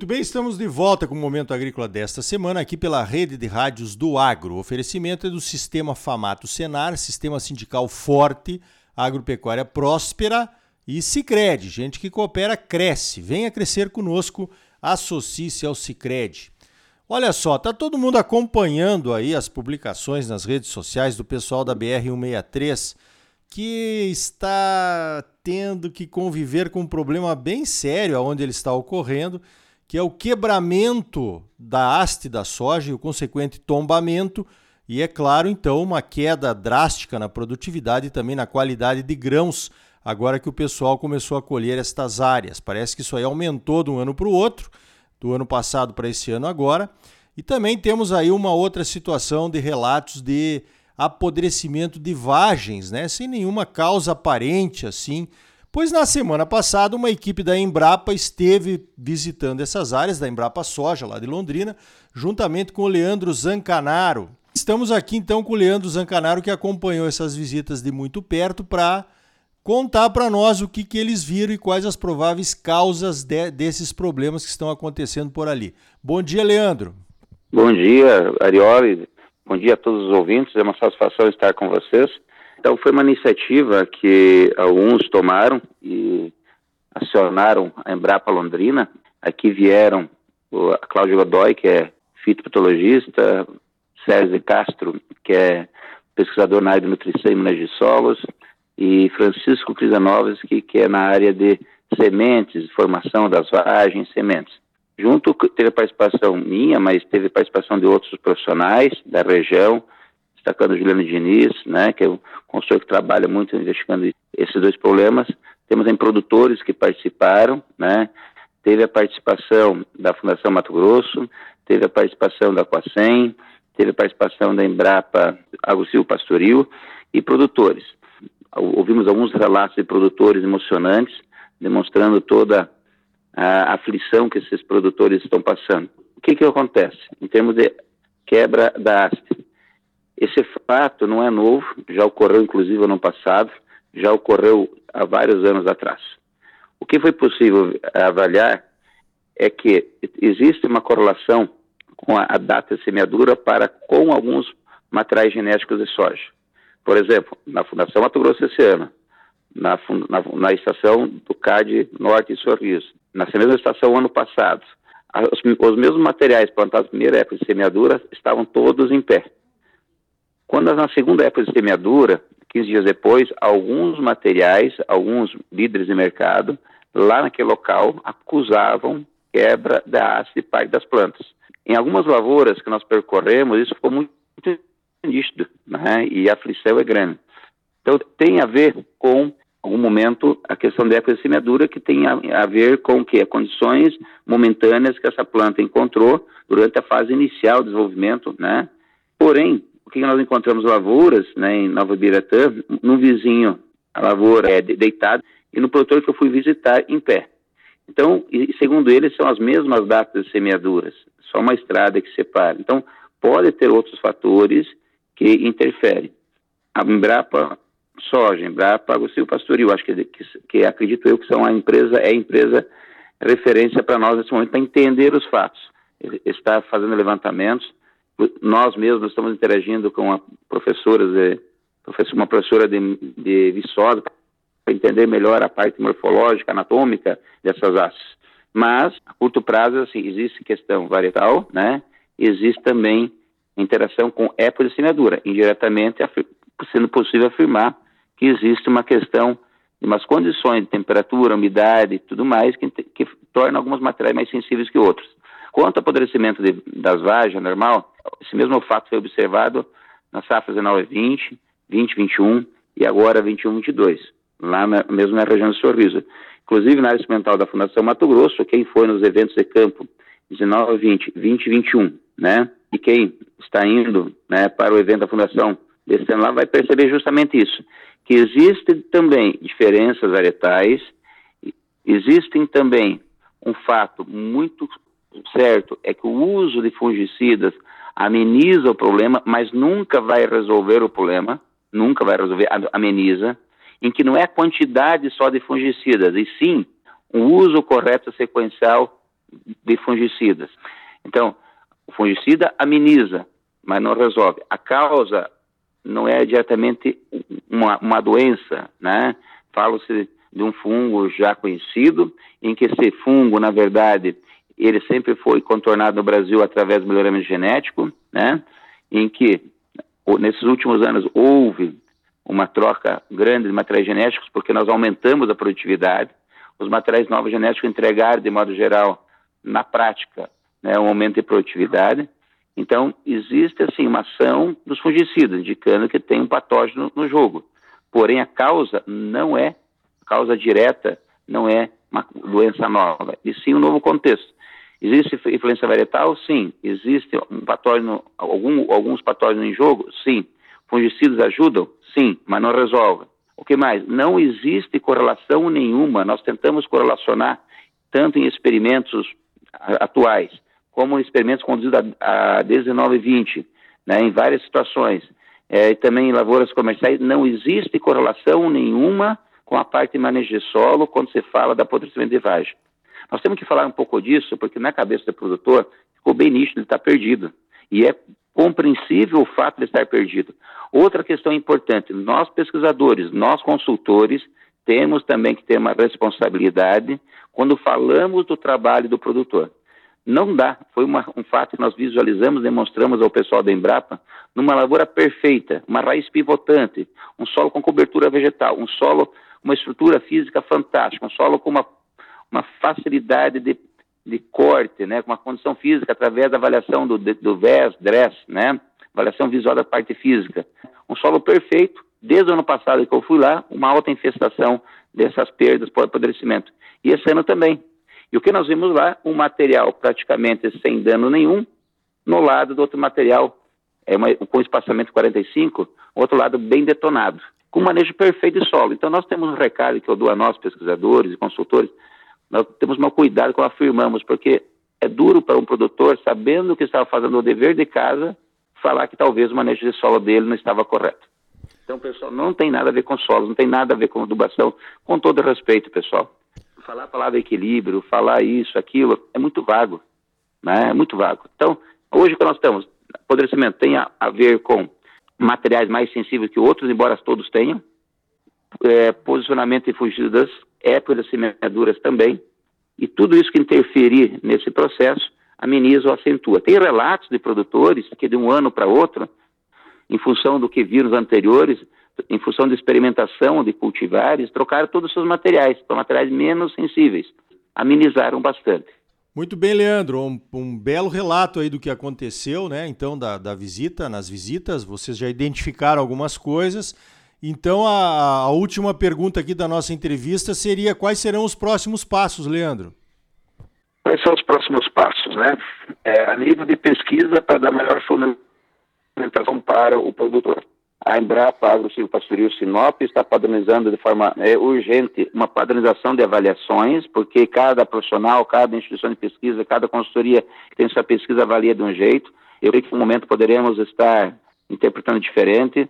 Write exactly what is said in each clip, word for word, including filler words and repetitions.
Muito bem, estamos de volta com o Momento Agrícola desta semana aqui pela Rede de Rádios do Agro. O oferecimento é do Sistema Famato Senar, Sistema Sindical Forte, Agropecuária Próspera e Sicredi. Gente que coopera, cresce. Venha crescer conosco, associe-se ao Sicredi. Olha só, tá todo mundo acompanhando aí as publicações nas redes sociais do pessoal da B R cento e sessenta e três, que está tendo que conviver com um problema bem sério aonde ele está ocorrendo, que é o quebramento da haste da soja e o consequente tombamento, e é claro, então, uma queda drástica na produtividade e também na qualidade de grãos, agora que o pessoal começou a colher estas áreas. Parece que isso aí aumentou de um ano para o outro, do ano passado para esse ano agora, e também temos aí uma outra situação de relatos de apodrecimento de vagens, né, sem nenhuma causa aparente assim, pois na semana passada uma equipe da Embrapa esteve visitando essas áreas, da Embrapa Soja, lá de Londrina, juntamente com o Leandro Zancanaro. Estamos aqui então com o Leandro Zancanaro, que acompanhou essas visitas de muito perto, para contar para nós o que, que eles viram e quais as prováveis causas de, desses problemas que estão acontecendo por ali. Bom dia, Leandro. Bom dia, Arioli. Bom dia a todos os ouvintes. É uma satisfação estar com vocês. Então, foi uma iniciativa que alguns tomaram e acionaram a Embrapa Londrina. Aqui vieram a Cláudia Godoy, que é fitopatologista, Sérgio de Castro, que é pesquisador na área de nutrição e manejo de solos, e Francisco Krizanovski, que é na área de sementes, formação das vagens, sementes. Junto teve a participação minha, mas teve a participação de outros profissionais da região, destacando o Juliano Diniz, né, que é um consultor que trabalha muito investigando esses dois problemas. Temos em produtores que participaram, né, teve a participação da Fundação Mato Grosso, teve a participação da Quacem, teve a participação da Embrapa Agro Pastoril e produtores. Ouvimos alguns relatos de produtores emocionantes, demonstrando toda a aflição que esses produtores estão passando. O que que acontece em termos de quebra da haste? Esse fato não é novo, já ocorreu inclusive ano passado, já ocorreu há vários anos atrás. O que foi possível avaliar é que existe uma correlação com a, a data de semeadura para com alguns materiais genéticos de soja. Por exemplo, na Fundação Mato Grosso esse ano, na, na, na estação do C A D Norte e Sorriso, nessa mesma estação ano passado, os, os mesmos materiais plantados na primeira época de semeadura estavam todos em pé. Quando na segunda época de semeadura, quinze dias depois, alguns materiais, alguns líderes de mercado, lá naquele local, acusavam quebra da haste de parte das plantas. Em algumas lavouras que nós percorremos, isso ficou muito nítido, né? E a aflição é grande. Então, tem a ver com, em algum momento, a questão da época de semeadura, que tem a, a ver com o quê? Condições momentâneas que essa planta encontrou durante a fase inicial do desenvolvimento, né? Porém, o que nós encontramos lavouras, né, em Nova Ibiratã, no vizinho, a lavoura é deitada, e no produtor que eu fui visitar, em pé. Então, e, segundo eles, são as mesmas datas de semeaduras, só uma estrada que separa. Então, pode ter outros fatores que interferem. A Embrapa Soja, Embrapa Agro Pastoril, acho que, que, que acredito eu que são a empresa, é a empresa referência para nós nesse momento, para entender os fatos. Está fazendo levantamentos. Nós mesmos estamos interagindo com a professora, de, uma professora de, de Viçosa, para entender melhor a parte morfológica, anatômica dessas hastes. Mas, a curto prazo, assim, existe questão varietal, né? Existe também interação com época de semeadura. Indiretamente, sendo possível afirmar que existe uma questão de umas condições de temperatura, umidade e tudo mais que, que tornam alguns materiais mais sensíveis que outros. Quanto ao apodrecimento de, das vagens, normal, esse mesmo fato foi observado nas safras dezenove vinte, vinte vinte e um e agora vinte e um vinte e dois, lá na, mesmo na região do Sorriso. Inclusive, na área experimental da Fundação Mato Grosso, quem foi nos eventos de campo dezenove vinte, vinte vinte e um, né? E quem está indo, né, para o evento da Fundação desse ano lá vai perceber justamente isso, que existem também diferenças varietais, existem também um fato muito certo, é que o uso de fungicidas ameniza o problema, mas nunca vai resolver o problema, nunca vai resolver, ameniza, em que não é a quantidade só de fungicidas, e sim o uso correto sequencial de fungicidas. Então, o fungicida ameniza, mas não resolve. A causa não é diretamente uma, uma doença, né? Fala-se de um fungo já conhecido, em que esse fungo, na verdade, ele sempre foi contornado no Brasil através do melhoramento genético, né? Em que, nesses últimos anos, houve uma troca grande de materiais genéticos, porque nós aumentamos a produtividade. Os materiais novos genéticos entregaram, de modo geral, na prática, né, um aumento de produtividade. Então, existe, assim, uma ação dos fungicidas, indicando que tem um patógeno no jogo. Porém, a causa não é, a causa direta não é uma doença nova, e sim um novo contexto. Existe influenza varietal? Sim. Existe um patógeno, algum, alguns patógenos em jogo? Sim. Fungicidas ajudam? Sim, mas não resolvem. O que mais? Não existe correlação nenhuma. Nós tentamos correlacionar tanto em experimentos atuais, como em experimentos conduzidos a, a dezenove e vinte, né, em várias situações, é, e também em lavouras comerciais. Não existe correlação nenhuma com a parte de manejo de solo quando se fala de apodrecimento de vagem. Nós temos que falar um pouco disso, porque na cabeça do produtor ficou bem nítido, ele está perdido. E é compreensível o fato de estar perdido. Outra questão importante, nós pesquisadores, nós consultores, temos também que ter uma responsabilidade quando falamos do trabalho do produtor. Não dá, foi uma, um fato que nós visualizamos, demonstramos ao pessoal da Embrapa, numa lavoura perfeita, uma raiz pivotante, um solo com cobertura vegetal, um solo, uma estrutura física fantástica, um solo com uma, uma facilidade de, de corte, né, com uma condição física através da avaliação do, do V E S, D R E S, né, avaliação visual da parte física. Um solo perfeito, desde o ano passado que eu fui lá, uma alta infestação dessas perdas por apodrecimento. E esse ano também. E o que nós vimos lá, um material praticamente sem dano nenhum, no lado do outro material, é uma, com espaçamento quarenta e cinco, outro lado bem detonado, com manejo perfeito de solo. Então nós temos um recado que eu dou a nós, pesquisadores e consultores, nós temos um cuidado quando afirmamos, porque é duro para um produtor, sabendo que estava fazendo o dever de casa, falar que talvez o manejo de solo dele não estava correto. Então, pessoal, não tem nada a ver com solos, não tem nada a ver com adubação, com todo respeito, pessoal. Falar a palavra equilíbrio, falar isso, aquilo, é muito vago, né? É muito vago. Então, hoje que nós estamos, apodrecimento tem a, a ver com materiais mais sensíveis que outros, embora todos tenham, é, posicionamento de fungicidas, época de semeaduras também, e tudo isso que interferir nesse processo, ameniza ou acentua. Tem relatos de produtores que de um ano para outro, em função do que viram nos anteriores, em função da experimentação de cultivares, trocaram todos os seus materiais, para materiais menos sensíveis, amenizaram bastante. Muito bem, Leandro, um, um belo relato aí do que aconteceu, né, então, da, da visita, nas visitas, vocês já identificaram algumas coisas. Então, a, a última pergunta aqui da nossa entrevista seria: quais serão os próximos passos, Leandro? Quais são os próximos passos, né? É, a nível de pesquisa, para dar melhor fundamentação para o produtor. A Embrapa Agro-Silvopastoril Sinop está padronizando de forma é, urgente uma padronização de avaliações, porque cada profissional, cada instituição de pesquisa, cada consultoria que tem sua pesquisa avalia de um jeito. Eu creio que no momento poderemos estar interpretando diferente.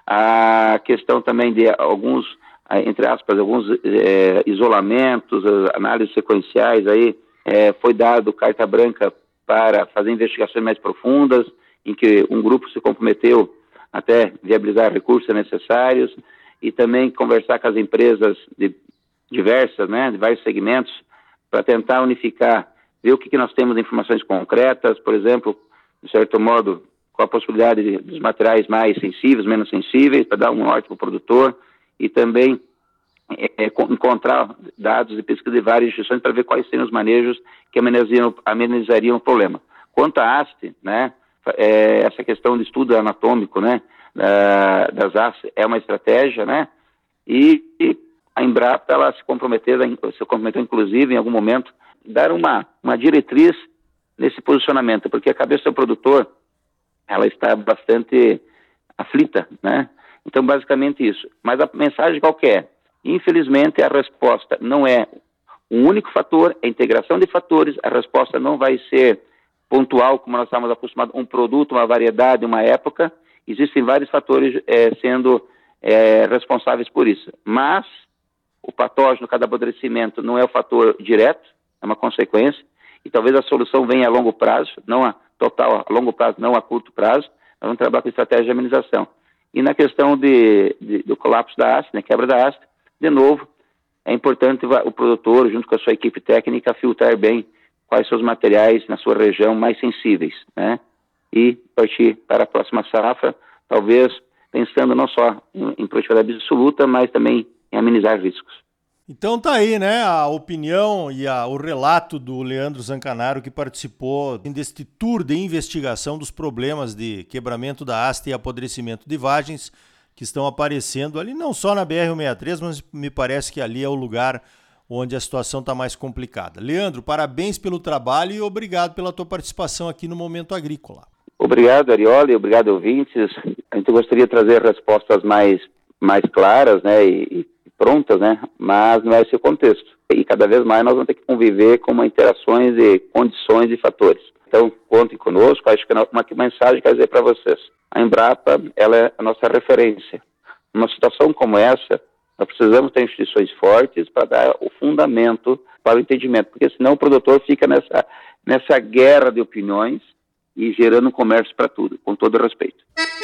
A questão também de alguns, entre aspas, alguns é, isolamentos, análises sequenciais, aí é, foi dado carta branca para fazer investigações mais profundas, em que um grupo se comprometeu até viabilizar recursos necessários e também conversar com as empresas de diversas, né, de vários segmentos, para tentar unificar, ver o que, que nós temos de informações concretas, por exemplo, de certo modo, com a possibilidade de, dos materiais mais sensíveis, menos sensíveis, para dar um norte para o produtor, e também é, encontrar dados de pesquisa de várias instituições para ver quais seriam os manejos que amenizariam, amenizariam o problema. Quanto à haste, né, é, essa questão de estudo anatômico, né, da, das hastes é uma estratégia, né, e, e a Embrapa, ela se comprometeu, se comprometeu inclusive em algum momento, dar uma, uma diretriz nesse posicionamento, porque a cabeça do produtor, ela está bastante aflita, né, então basicamente isso. Mas a mensagem qual que é? Infelizmente a resposta não é um único fator, é a integração de fatores, a resposta não vai ser pontual, como nós estamos acostumados, um produto, uma variedade, uma época. Existem vários fatores é, sendo é, responsáveis por isso. Mas o patógeno, cada apodrecimento, não é o fator direto, é uma consequência. e talvez a solução venha a longo prazo, não a total, a longo prazo, não a curto prazo. Nós vamos trabalhar com estratégia de amenização. E na questão de, de, do colapso da haste, né, quebra da haste, de novo, é importante o produtor, junto com a sua equipe técnica, filtrar bem quais são os materiais na sua região mais sensíveis, né? E partir para a próxima safra, talvez pensando não só em, em produtividade absoluta, mas também em amenizar riscos. Então tá aí, né, a opinião e a, o relato do Leandro Zancanaro, que participou deste tour de investigação dos problemas de quebramento da haste e apodrecimento de vagens que estão aparecendo ali, não só na B R cento e sessenta e três, mas me parece que ali é o lugar onde a situação está mais complicada. Leandro, parabéns pelo trabalho e obrigado pela tua participação aqui no Momento Agrícola. Obrigado, Arioli, obrigado, ouvintes. A gente gostaria de trazer respostas mais, mais claras, né, e, e prontas, né, mas não é esse o contexto. E cada vez mais nós vamos ter que conviver com uma interações de condições e fatores. Então, contem conosco. Acho que uma mensagem que eu quero dizer para vocês. A Embrapa, ela é a nossa referência. Numa situação como essa, nós precisamos ter instituições fortes para dar o fundamento para o entendimento, porque senão o produtor fica nessa, nessa guerra de opiniões e gerando comércio para tudo, com todo respeito.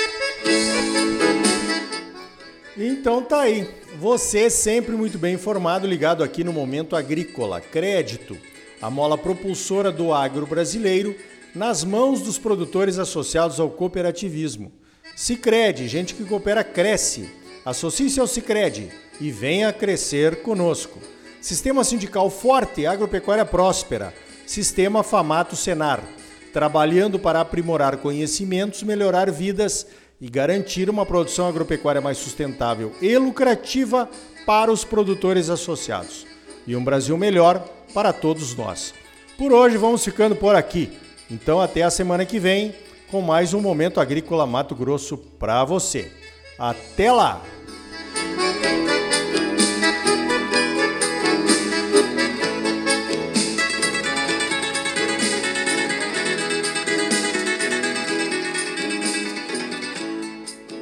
Então tá aí, você sempre muito bem informado, ligado aqui no Momento Agrícola. Crédito, a mola propulsora do agro brasileiro, nas mãos dos produtores associados ao cooperativismo. Sicredi, gente que coopera cresce. Associe-se ao Sicredi e venha crescer conosco. Sistema sindical forte, agropecuária próspera. Sistema Famato Senar, trabalhando para aprimorar conhecimentos, melhorar vidas e garantir uma produção agropecuária mais sustentável e lucrativa para os produtores associados. E um Brasil melhor para todos nós. Por hoje vamos ficando por aqui. Então até a semana que vem com mais um Momento Agrícola Mato Grosso para você. Até lá!